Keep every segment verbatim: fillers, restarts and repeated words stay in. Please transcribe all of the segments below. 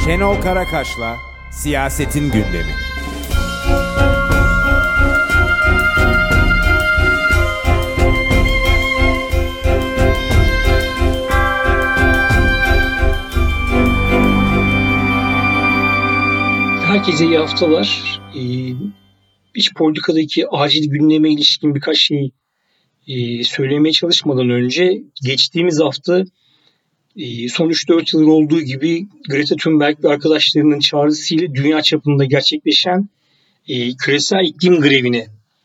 Şenol Karakaş'la Siyasetin Gündemi. Herkese iyi haftalar. Ee, iç politikadaki acil gündeme ilişkin birkaç şey e, söylemeye çalışmadan önce geçtiğimiz hafta e, son üç dört yıl olduğu gibi Greta Thunberg ve arkadaşlarının çağrısıyla dünya çapında gerçekleşen e, küresel iklim grevine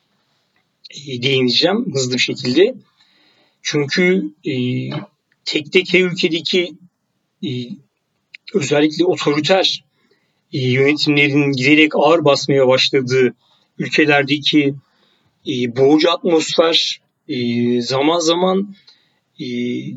e, değineceğim hızlı bir şekilde. Çünkü e, tek tek her ülkedeki e, özellikle otoriter yönetimlerin giderek ağır basmaya başladığı ülkelerdeki e, boğucu atmosfer e, zaman zaman e,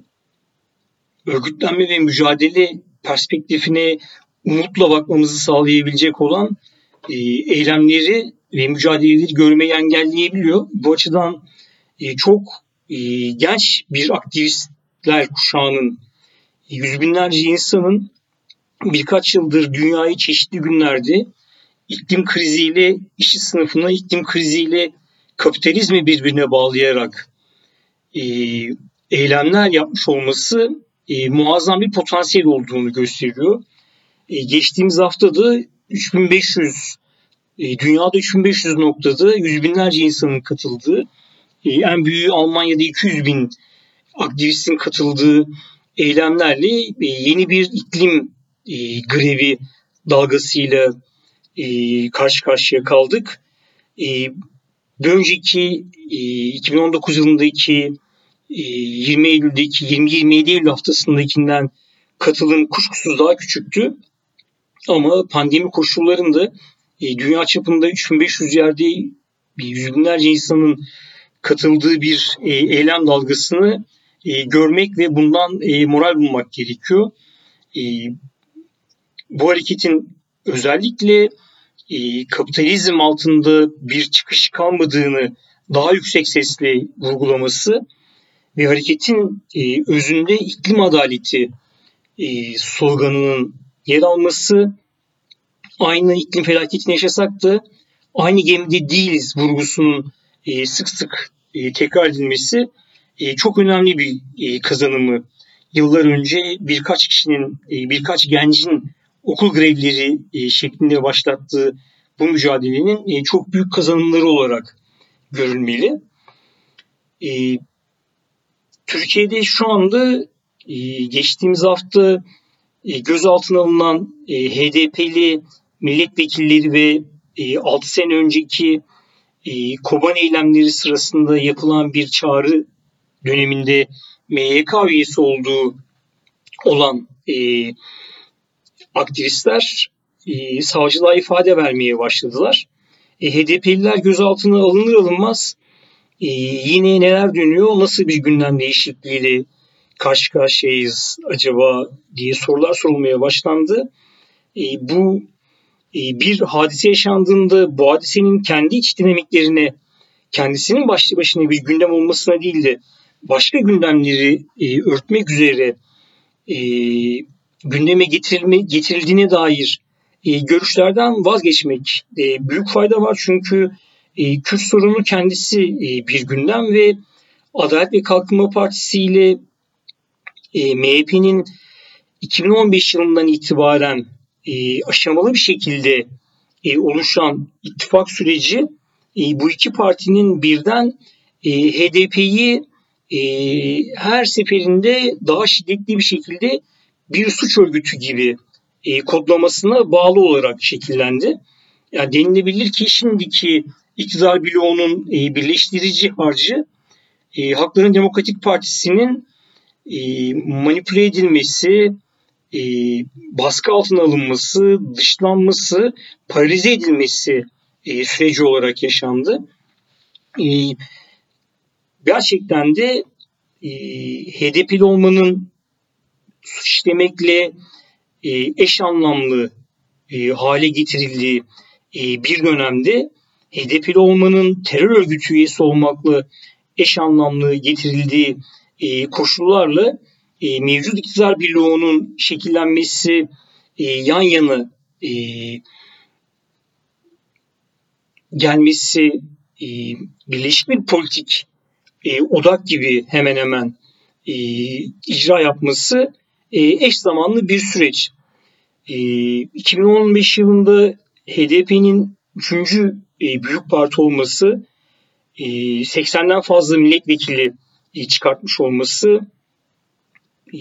örgütlenme ve mücadele perspektifine umutla bakmamızı sağlayabilecek olan e, eylemleri ve mücadeleleri görmeyi engelleyebiliyor. Bu açıdan e, çok e, genç bir aktivistler kuşağının, e, yüz binlerce insanın birkaç yıldır dünyayı çeşitli günlerde iklim kriziyle işçi sınıfına, iklim kriziyle kapitalizmi birbirine bağlayarak e, eylemler yapmış olması e, muazzam bir potansiyel olduğunu gösteriyor. E, geçtiğimiz haftada üç bin beş yüz, e, dünyada üç bin beş yüz noktada yüz binlerce insanın katıldığı, e, en büyüğü Almanya'da iki yüz bin aktivistin katıldığı eylemlerle e, yeni bir iklim E, grevi dalgasıyla e, karşı karşıya kaldık. E, bir önceki e, iki bin on dokuz yılındaki e, yirmi Eylül'deki yirmi yirmi yedi Eylül haftasındakinden katılım kuşkusuz daha küçüktü. Ama pandemi koşullarında e, dünya çapında üç bin beş yüz yerde yüz binlerce insanın katıldığı bir e, eylem dalgasını e, görmek ve bundan e, moral bulmak gerekiyor. E, Bu hareketin özellikle e, kapitalizm altında bir çıkış kalmadığını daha yüksek sesle vurgulaması ve hareketin e, özünde iklim adaleti e, sloganının yer alması, aynı iklim felaketini yaşasak da aynı gemide değiliz vurgusunun e, sık sık e, tekrar edilmesi e, çok önemli bir e, kazanımı. Yıllar önce birkaç kişinin, e, birkaç gencin okul grevleri e, şeklinde başlattığı bu mücadelenin e, çok büyük kazanımları olarak görülmeli. E, Türkiye'de şu anda e, geçtiğimiz hafta e, gözaltına alınan e, H D P'li milletvekilleri ve e, altı sene önceki e, Kobani eylemleri sırasında yapılan bir çağrı döneminde M Y K üyesi olduğu olan e, aktivistler e, savcılığa ifade vermeye başladılar. E, H D P'liler gözaltına alınır alınmaz e, yine neler dönüyor, nasıl bir gündem değişikliğiyle karşı karşıyayız acaba diye sorular sorulmaya başlandı. E, bu e, bir hadise yaşandığında bu hadisenin kendi iç dinamiklerine, kendisinin başlı başına bir gündem olmasına değil de başka gündemleri e, örtmek üzere e, gündeme getirilme, getirildiğine dair e, görüşlerden vazgeçmek e, büyük fayda var. Çünkü e, Kürt sorunu kendisi e, bir gündem ve Adalet ve Kalkınma Partisi ile e, M H P'nin iki bin on beş yılından itibaren e, aşamalı bir şekilde e, oluşan ittifak süreci e, bu iki partinin birden e, H D P'yi e, her seferinde daha şiddetli bir şekilde bir suç örgütü gibi e, kodlamasına bağlı olarak şekillendi. Yani denilebilir ki şimdiki iktidar bloğunun e, birleştirici harcı e, Halkların Demokratik Partisi'nin e, manipüle edilmesi, e, baskı altına alınması, dışlanması, paralize edilmesi e, süreci olarak yaşandı. E, gerçekten de e, H D P'li olmanın suç işlemekle e, eş anlamlı e, hale getirildiği e, bir dönemde H D P'li olmanın terör örgütü üyesi olmakla eş anlamlı getirildiği e, koşullarla e, mevcut iktidar bloğunun şekillenmesi e, yan yana e, gelmesi, e, birleşik bir politik e, odak gibi hemen hemen e, icra yapması e, eş zamanlı bir süreç. E, iki bin on beş yılında H D P'nin üçüncü e, büyük parti olması, e, seksenden fazla milletvekili e, çıkartmış olması, e,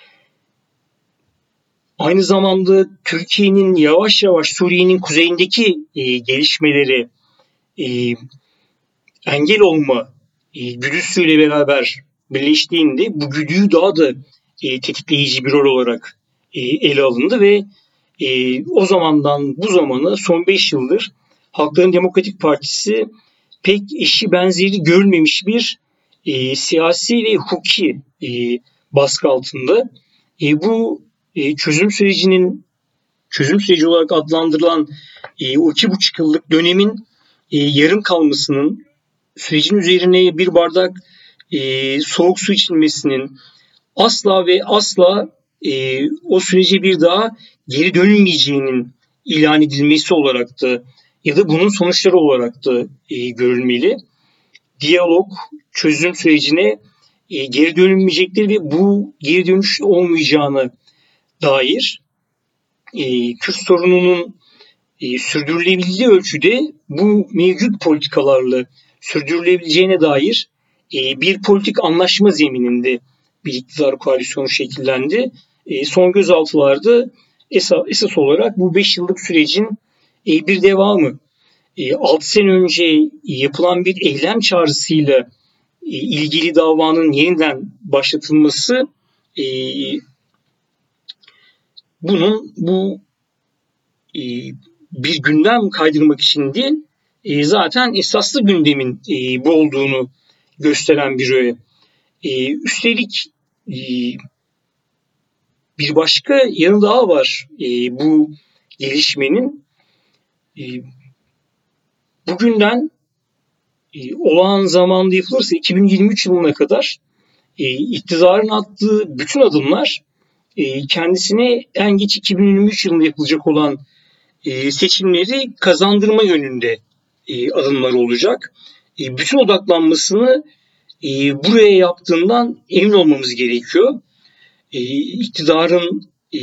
aynı zamanda Türkiye'nin yavaş yavaş Suriye'nin kuzeyindeki e, gelişmeleri e, engel olma e, güdüsüyle beraber birleştiğinde bu güdüyü daha da e, tetikleyici bir rol olarak e, ele alındı ve e, o zamandan bu zamana son beş yıldır Halkların Demokratik Partisi pek eşi benzeri görülmemiş bir e, siyasi ve hukuki e, baskı altında. E, bu e, çözüm sürecinin çözüm süreci olarak adlandırılan e, o iki buçuk yıllık dönemin e, yarım kalmasının, sürecin üzerine bir bardak e, soğuk su içilmesinin, asla ve asla e, o sürece bir daha geri dönülmeyeceğinin ilan edilmesi olarak da ya da bunun sonuçları olarak da e, görülmeli. Diyalog, çözüm sürecine e, geri dönülmeyecektir ve bu geri dönüş olmayacağına dair e, Kürt sorununun e, sürdürülebildiği ölçüde bu mevcut politikalarla sürdürülebileceğine dair e, bir politik anlaşma zemininde bir iktidar koalisyonu şekillendi. E, son gözaltılarda esas, esas olarak bu beş yıllık sürecin e, bir devamı. E, altı sene önce yapılan bir eylem çağrısıyla e, ilgili davanın yeniden başlatılması, e, bunun bu e, bir gündem kaydırmak için değil, e, zaten esaslı gündemin e, bu olduğunu gösteren bir öğe. E, üstelik e, bir başka yanı daha var e, bu gelişmenin. E, bugünden e, olağan zamanda yapılırsa iki bin yirmi üç yılına kadar e, iktidarın attığı bütün adımlar e, kendisine en geç iki bin yirmi üç yılında yapılacak olan e, seçimleri kazandırma yönünde e, adımlar olacak. E, bütün odaklanmasını e, buraya yaptığından emin olmamız gerekiyor. E, iktidarın e,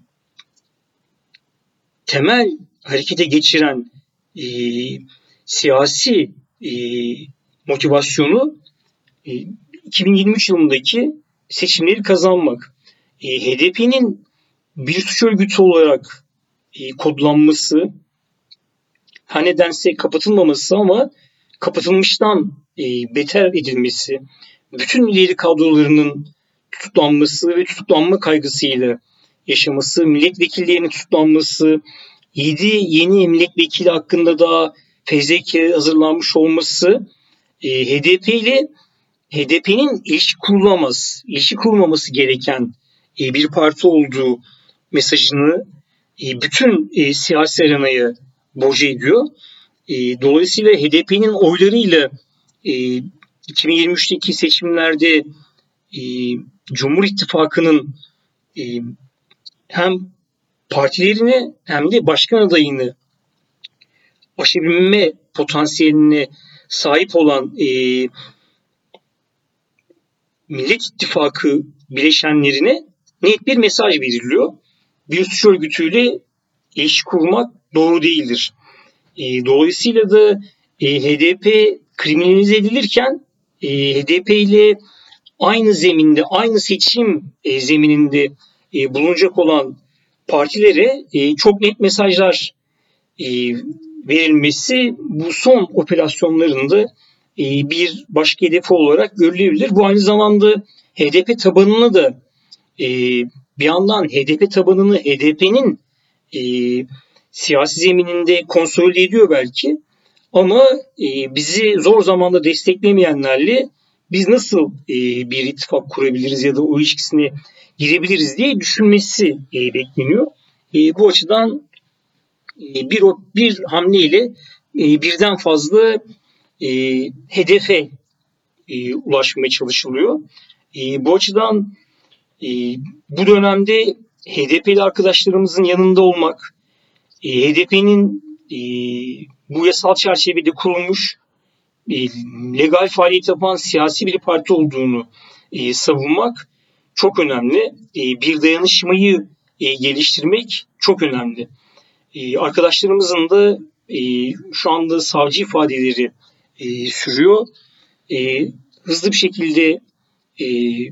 temel harekete geçiren e, siyasi e, motivasyonu e, iki bin yirmi üç yılındaki seçimleri kazanmak. E, H D P'nin bir suç örgütü olarak e, kodlanması, her nedense kapatılmaması ama kapatılmıştan e, beter edilmesi, bütün ileri kadrolarının tutuklanması ve tutuklanma kaygısıyla yaşaması, milletvekillerinin tutuklanması, yedi yeni milletvekili hakkında da fezleke hazırlanmış olması, e, H D P ile H D P'nin ilişki kurulamaz, ilişki kurulmaması gereken e, bir parti olduğu mesajını e, bütün e, siyasi arenaya boca ediyor. E, dolayısıyla H D P'nin oylarıyla e, iki bin yirmi üçteki seçimlerde e, Cumhur İttifakı'nın e, hem partilerini hem de başkan adayını aşabilme potansiyeline sahip olan e, Millet İttifakı bileşenlerine net bir mesaj veriliyor. Bir suç örgütüyle ilişki kurmak doğru değildir. E, dolayısıyla da e, H D P kriminalize edilirken e, H D P ile aynı zeminde, aynı seçim e, zemininde e, bulunacak olan partilere e, çok net mesajlar e, verilmesi bu son operasyonlarında e, bir başka hedefi olarak görülebilir. Bu aynı zamanda H D P tabanını da e, bir yandan H D P tabanını H D P'nin e, siyasi zemininde konsolide ediyor belki ama e, bizi zor zamanda desteklemeyenlerle biz nasıl e, bir ittifak kurabiliriz ya da o ilişkisine girebiliriz diye düşünmesi e, bekleniyor. E, bu açıdan e, bir bir hamleyle e, birden fazla e, hedefe e, ulaşmaya çalışılıyor. E, bu açıdan e, bu dönemde H D P'li arkadaşlarımızın yanında olmak, e, H D P'nin e, bu yasal çerçevede kurulmuş e, legal faaliyet yapan siyasi bir parti olduğunu e, savunmak çok önemli. E, bir dayanışmayı e, geliştirmek çok önemli. E, arkadaşlarımızın da e, şu anda savcı ifadeleri e, sürüyor. E, hızlı bir şekilde e,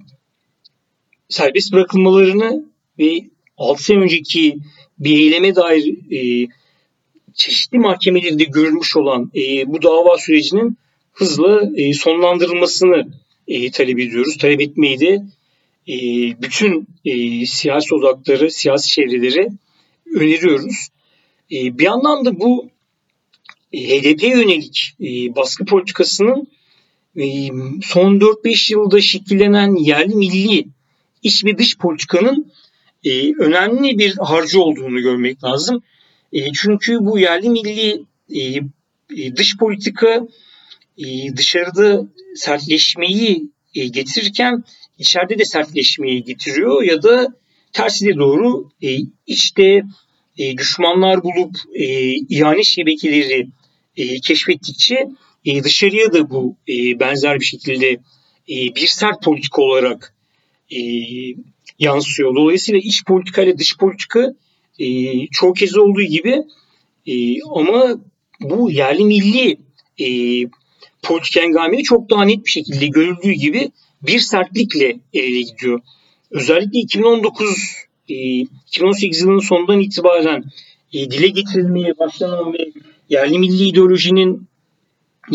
serbest bırakılmalarını ve altı sene önceki bir eyleme dair e, çeşitli mahkemelerde görülmüş olan e, bu dava sürecinin hızla e, sonlandırılmasını e, talep ediyoruz. Talep etmeyi de e, bütün e, siyasi odakları, siyasi çevrelere öneriyoruz. E, bir yandan da bu e, H D P'ye yönelik e, baskı politikasının e, son dört beş yılda şekillenen yerli milli iç ve dış politikanın e, önemli bir harcı olduğunu görmek lazım. E, çünkü bu yerli milli e, e, dış politika e, dışarıda sertleşmeyi e, getirirken içeride de sertleşmeyi getiriyor ya da tersine doğru e, içte e, düşmanlar bulup e, ihanet şebekeleri e, keşfettikçe e, dışarıya da bu e, benzer bir şekilde e, bir sert politika olarak e, yansıyor. Dolayısıyla iç politika ile dış politika e, çoğu kez olduğu gibi e, ama bu yerli milli e, politika engameli çok daha net bir şekilde görüldüğü gibi bir sertlikle e, gidiyor. Özellikle iki bin on dokuz e, iki bin on sekiz yılının sonundan itibaren e, dile getirilmeye başlanan ve yerli milli ideolojinin e,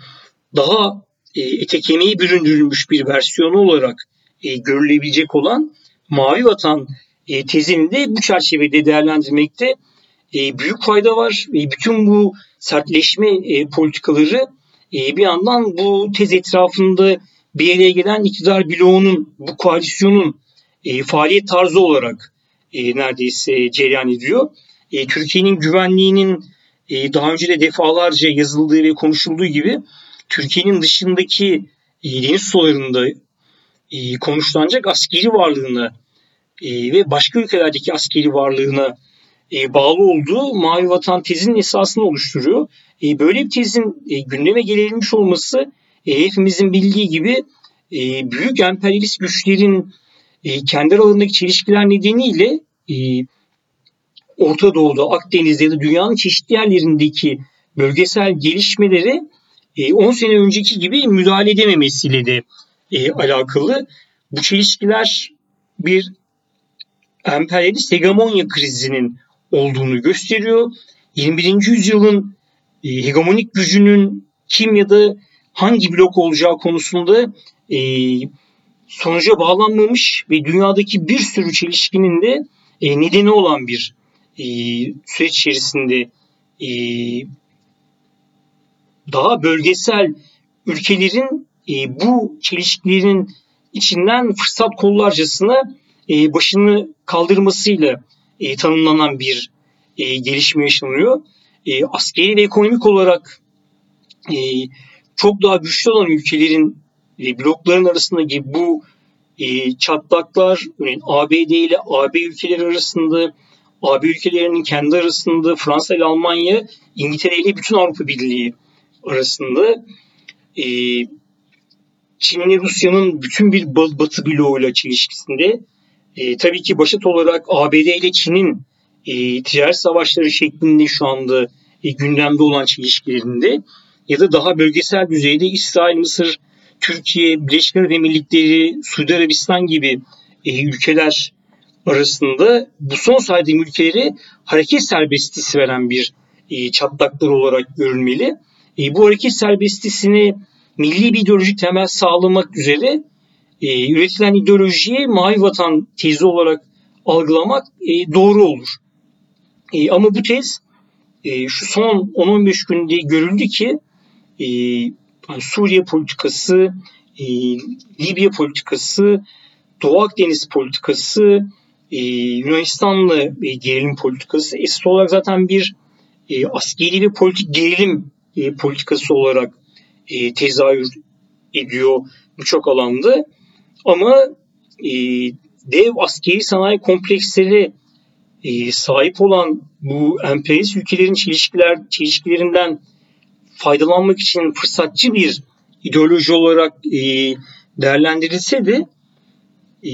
daha e, ete kemiğe büründürülmüş bir versiyonu olarak e, görülebilecek olan Mavi Vatan e, tezini de bu çerçevede değerlendirmekte e, büyük fayda var. E, bütün bu sertleşme e, politikaları e, bir yandan bu tez etrafında bir araya gelen iktidar bloğunun, bu koalisyonun e, faaliyet tarzı olarak e, neredeyse cereyan ediyor. E, Türkiye'nin güvenliğinin e, daha önce de defalarca yazıldığı ve konuşulduğu gibi Türkiye'nin dışındaki e, deniz sularında e, konuşlanacak askeri varlığına e, ve başka ülkelerdeki askeri varlığına e, bağlı olduğu Mavi Vatan tezinin esasını oluşturuyor. E, böyle bir tezin e, gündeme getirilmiş olması e, hepimizin bildiği gibi e, büyük emperyalist güçlerin e, kendi aralarındaki çelişkiler nedeniyle e, Orta Doğu'da, Akdeniz'de ya da dünyanın çeşitli yerlerindeki bölgesel gelişmelere e, on sene önceki gibi müdahale edememesiyle de e, alakalı. Bu çelişkiler bir emperyalist hegemonya krizinin olduğunu gösteriyor. yirmi birinci yüzyılın e, hegemonik gücünün kim ya da hangi blok olacağı konusunda e, sonuca bağlanmamış ve dünyadaki bir sürü çelişkinin de e, nedeni olan bir e, süreç içerisinde e, daha bölgesel ülkelerin e, bu çelişkilerin içinden fırsat kollarcasına e, başını kaldırmasıyla e, tanımlanan bir e, gelişme yaşanıyor. E, askeri ve ekonomik olarak e, çok daha güçlü olan ülkelerin e, blokların arasındaki bu e, çatlaklar yani A B D ile A B ülkeleri arasında, A B ülkelerinin kendi arasında, Fransa ile Almanya, İngiltere ile bütün Avrupa Birliği arasında, e, Çin ile Rusya'nın bütün bir Batı bloğuyla çelişkisinde, e, tabii ki başat olarak A B D ile Çin'in e, ticaret savaşları şeklinde şu anda e, gündemde olan çelişkilerinde ya da daha bölgesel düzeyde İsrail, Mısır, Türkiye, Birleşik Arap Emirlikleri, Suudi Arabistan gibi e, ülkeler arasında bu son saydığım ülkelere hareket serbestisi veren bir e, çatlaklar olarak görülmeli. E, bu hareket serbestisini milli bir ideolojik temel sağlamak üzere e, üretilen ideolojiyi Mavi Vatan tezi olarak algılamak e, doğru olur. E, ama bu tez e, şu son on on beş günde görüldü ki e, yani Suriye politikası, e, Libya politikası, Doğu Akdeniz politikası, e, Yunanistan'la e, gerilim politikası esas olarak zaten bir e, askeri ve politik gerilim e, politikası olarak e, tezahür ediyor birçok alanda. Ama e, dev askeri sanayi kompleksleri e, sahip olan bu emperyalist ülkelerin çelişkiler, çelişkilerinden faydalanmak için fırsatçı bir ideoloji olarak e, değerlendirilse de e,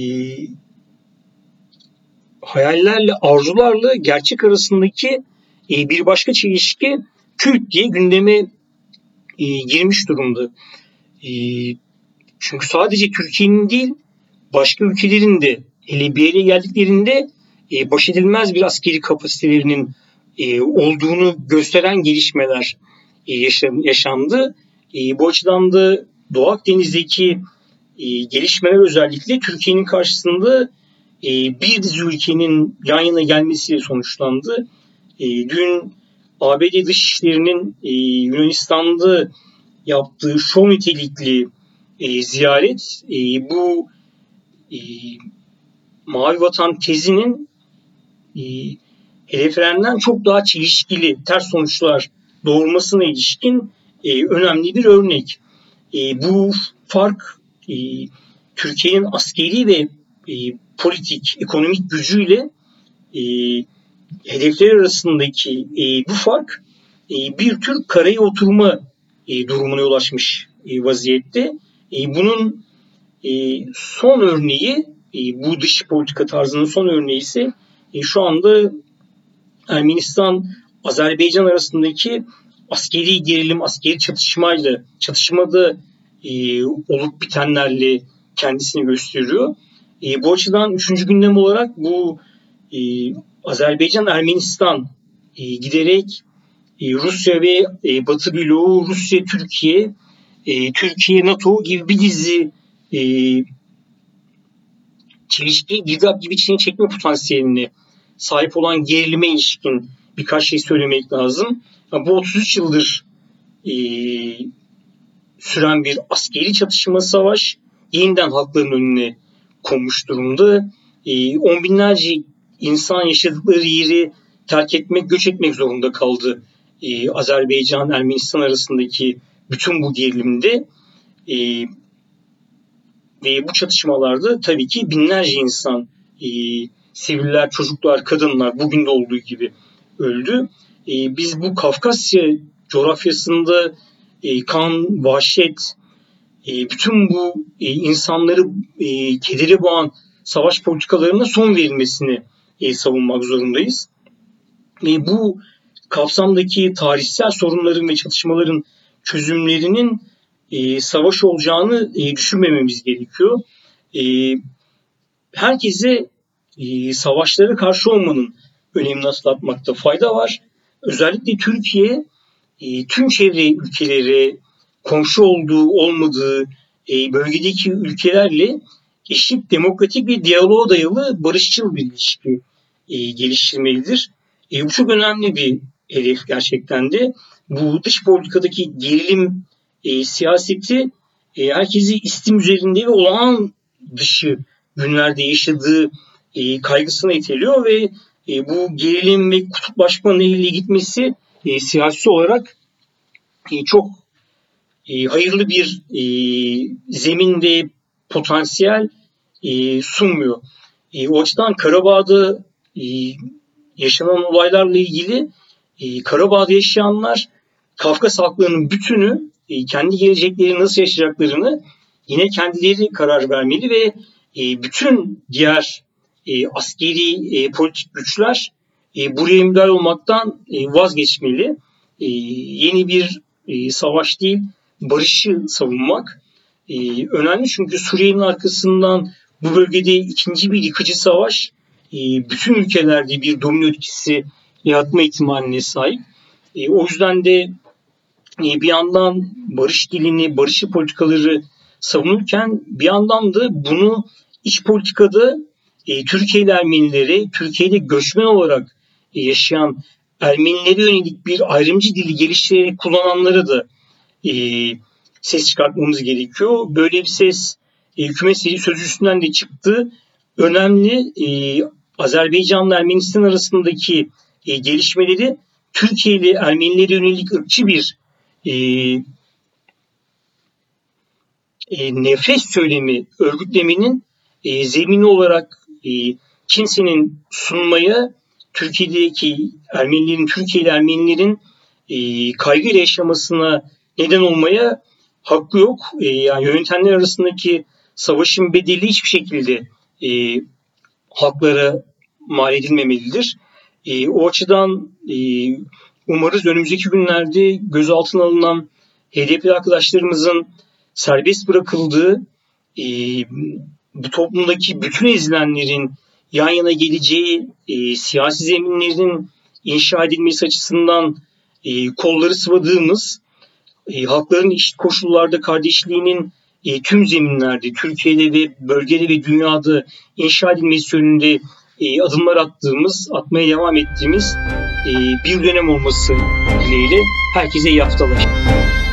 hayallerle, arzularla gerçek arasındaki e, bir başka çelişki Kürt diye gündeme e, girmiş durumda. E, çünkü sadece Türkiye'nin değil, başka ülkelerin de hele bir yere geldiklerinde e, baş edilmez bir askeri kapasitelerinin e, olduğunu gösteren gelişmeler e, yaşandı. E, bu açıdan da Doğu Akdeniz'deki e, gelişmeler özellikle Türkiye'nin karşısında e, bir dizi ülkenin yan yana gelmesiyle sonuçlandı. E, dün A B D Dışişleri'nin e, Yunanistan'da yaptığı şov nitelikli e, ziyaret e, bu e, Mavi Vatan tezinin e, hedeflerinden çok daha çelişkili, ters sonuçlar doğurmasına ilişkin e, önemli bir örnek. E, bu fark e, Türkiye'nin askeri ve e, politik, ekonomik gücüyle e, hedefler arasındaki e, bu fark e, bir tür karaya oturma e, durumuna ulaşmış e, vaziyette. E, bunun e, son örneği, e, bu dış politika tarzının son örneği ise e, şu anda Ermenistan-Azerbaycan arasındaki askeri gerilim, askeri çatışmayla, çatışmada e, olup bitenlerle kendisini gösteriyor. E, bu açıdan üçüncü gündem olarak bu e, Azerbaycan-Ermenistan e, giderek e, Rusya ve e, Batı bloğu, Rusya-Türkiye, e, Türkiye-NATO gibi bir dizi e, çelişki, girdap gibi içine çekme potansiyeline sahip olan gerilime ilişkin birkaç şey söylemek lazım. Bu otuz üç yıldır e, süren bir askeri çatışma, savaş yeniden halkların önüne konmuş durumda. E, on binlerce insan yaşadıkları yeri terk etmek, göç etmek zorunda kaldı. E, Azerbaycan, Ermenistan arasındaki bütün bu gerilimde e, ve bu çatışmalarda tabii ki binlerce insan, e, siviller, çocuklar, kadınlar bugün de olduğu gibi öldü. E, biz bu Kafkasya coğrafyasında e, kan, vahşet, e, bütün bu e, insanları e, kedere boğan savaş politikalarına son verilmesini e, savunmak zorundayız. E, bu kapsamdaki tarihsel sorunların ve çatışmaların çözümlerinin e, savaş olacağını e, düşünmememiz gerekiyor. E, herkese e, savaşlara karşı olmanın önemini hatırlatmakta fayda var. Özellikle Türkiye e, tüm çevre ülkeleri, komşu olduğu olmadığı e, bölgedeki ülkelerle eşit, demokratik bir diyaloğa dayalı barışçıl bir ilişki e, geliştirmelidir. E, bu çok önemli bir hedef gerçekten de. Bu dış politikadaki gerilim e, siyaseti e, herkesi istim üzerinde ve olağan dışı günlerde yaşadığı e, kaygısına iteliyor ve e, bu gerilim ve kutuplaşma neyle gitmesi e, siyasi olarak e, çok e, hayırlı bir e, zemin ve potansiyel e, sunmuyor. E, o açıdan Karabağ'da e, yaşanan olaylarla ilgili e, Karabağ'da yaşayanlar, Kafkas halklarının bütünü e, kendi gelecekleri nasıl yaşayacaklarını yine kendileri karar vermeli ve e, bütün diğer e, askeri e, politik güçler e, buraya müdahale olmaktan e, vazgeçmeli. E, yeni bir e, savaş değil, barışı savunmak e, önemli, çünkü Suriye'nin arkasından bu bölgede ikinci bir yıkıcı savaş e, bütün ülkelerde bir domino etkisi yaratma ihtimaline sahip. E, o yüzden de e, bir yandan barış dilini, barış politikaları savunurken bir yandan da bunu iç politikada e, Türkiye'li Ermenileri, Türkiye'de göçmen olarak e, yaşayan Ermenilere yönelik bir ayrımcı dili geliştirerek kullananlara da e, ses çıkartmamız gerekiyor. Böyle bir ses e, hükümet sözcüsünden de çıktı. Önemli. E, Azerbaycan'la Ermenistan arasındaki e, gelişmeleri Türkiye'li Ermenilere yönelik ırkçı bir e, e, nefret söylemi örgütlemenin e, zemini olarak e, kimsenin sunmaya Türkiye'deki Ermenilerin, Türkiye'li Ermenilerin e, kaygıyla yaşamasına neden olmaya hakkı yok. E, yani yönetenler arasındaki savaşın bedeli hiçbir şekilde e, halklara mal edilmemelidir. E, o açıdan e, umarız önümüzdeki günlerde gözaltına alınan H D P'li arkadaşlarımızın serbest bırakıldığı, e, bu toplumdaki bütün ezilenlerin yan yana geleceği, e, siyasi zeminlerin inşa edilmesi açısından e, kolları sıvadığımız, e, halkların eşit koşullarda kardeşliğinin e, tüm zeminlerde, Türkiye'de ve bölgede ve dünyada inşa edilmesi yönünde e, adımlar attığımız, atmaya devam ettiğimiz e, bir dönem olması dileğiyle herkese iyi haftalar.